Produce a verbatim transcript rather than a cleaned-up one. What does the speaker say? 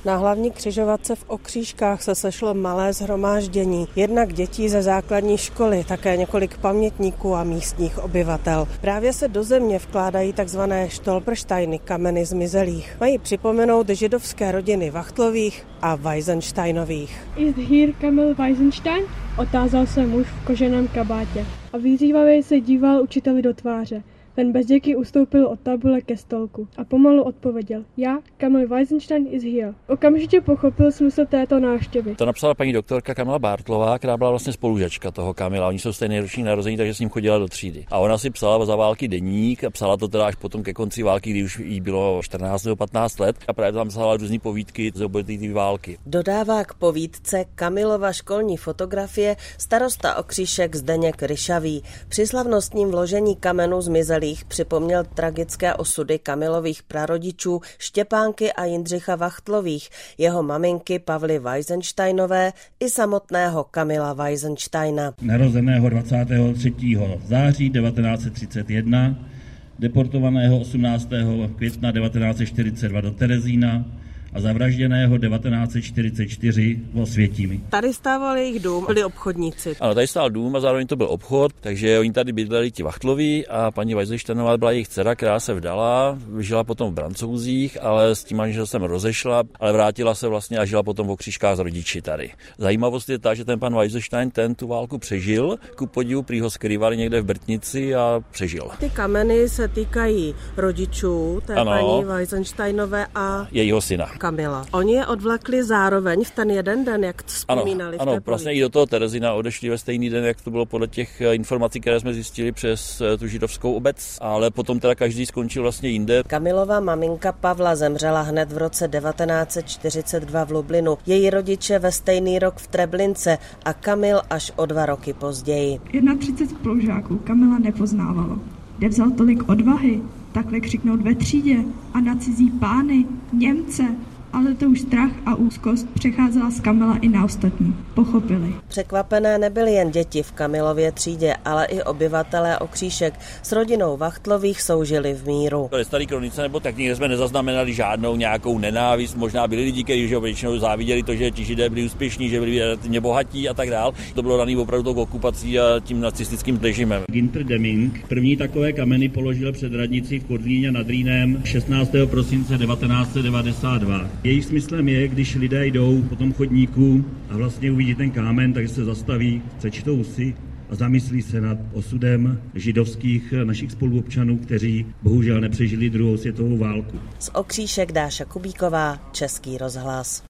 Na hlavní křižovatce v Okřížkách se sešlo malé shromáždění. Jednak dětí ze základní školy, také několik pamětníků a místních obyvatel. Právě se do země vkládají takzvané Stolpersteiny, kameny zmizelých. Mají připomenout židovské rodiny Wachtlových a Weisensteinových. Is here Kamil Weisenstein? Otázal se muž v koženém kabátě a vyzývavě se díval učiteli do tváře. Ten bez děky ustoupil od tabule ke stolku a pomalu odpověděl: Já, Kamil Weisenstein is here. Okamžitě pochopil smysl této návštěvy. To napsala paní doktorka Kamila Bartlová, která byla vlastně spolužačka toho Kamila. Oni jsou stejné roční narození, takže s ním chodila do třídy. A ona si psala za války deník a psala to teda až potom ke konci války, kdy už jí bylo čtrnáct nebo patnáct let, a právě tam psala různé povídky z období té války. Dodává k povídce Kamilova školní fotografie starosta Okřížek Zdeněk Ryšavý. Při slavnostním vložení kamenu zmizelých připomněl tragické osudy Kamilových prarodičů Štěpánky a Jindřicha Wachtlových, jeho maminky Pavly Weisensteinové i samotného Kamila Weisensteina. Narozeného dvacátého třetího září devatenáct set třicet jedna, deportovaného osmnáctého května devatenáct set čtyřicet dva do Terezína a zavražděného devatenáct set čtyřicet čtyři v Osvětimi. Tady stával jejich dům, byli obchodníci. Ano, tady stál dům a zároveň to byl obchod, takže oni tady bydleli ti Wachtloví a paní Weisensteinová byla jejich dcera, která se vdala, žila potom v Brancouzích, ale s tím manželem jsem rozešla, ale vrátila se vlastně a žila potom v Okřížkách s rodiči tady. Zajímavost je ta, že ten pan Weisenstein ten tu válku přežil, ku podivu prý ho skrývali někde v Brtnici a přežil. Ty kameny se týkají rodičů té ano, paní Weisensteinové a jejího syna Kamila. Oni je odvlekli zároveň v ten jeden den, jak to vzpomínali. Ano, ano, vlastně i do toho Terezína odešli ve stejný den, jak to bylo podle těch informací, které jsme zjistili přes tu židovskou obec, ale potom teda každý skončil vlastně jinde. Kamilova maminka Pavla zemřela hned v roce devatenáct set čtyřicet dva v Lublinu. Její rodiče ve stejný rok v Treblince a Kamil až o dva roky později. třicet jedna spolužáků Kamila nepoznávalo. Kde vzal tolik odvahy takhle křiknout ve třídě a na cizí pány, Němce? Ale to už strach a úzkost přecházela z Kamila i na ostatní. Pochopili. Překvapené nebyly jen děti v Kamilově třídě, ale i obyvatelé Okřížek s rodinou Wachtlových soužili v míru. Ve staré kronice nebo tak nikde jsme nezaznamenali žádnou nějakou nenávist. Možná byli lidi, kteří že většinou záviděli to, že ti Židé byli úspěšní, že byli relativně bohatí a tak dál. To bylo daný opravdu tou okupací a tím nacistickým režimem. Ginter Deming první takové kameny položil před radnicí v Kodlíně nad Rýnem šestnáctého prosince devatenáct set devadesát dva. Jejich smyslem je, když lidé jdou po tom chodníku a vlastně uvidí ten kámen, takže se zastaví, přečtou si a zamyslí se nad osudem židovských našich spoluobčanů, kteří bohužel nepřežili druhou světovou válku. Z Okřížek Dáša Kubíková, Český rozhlas.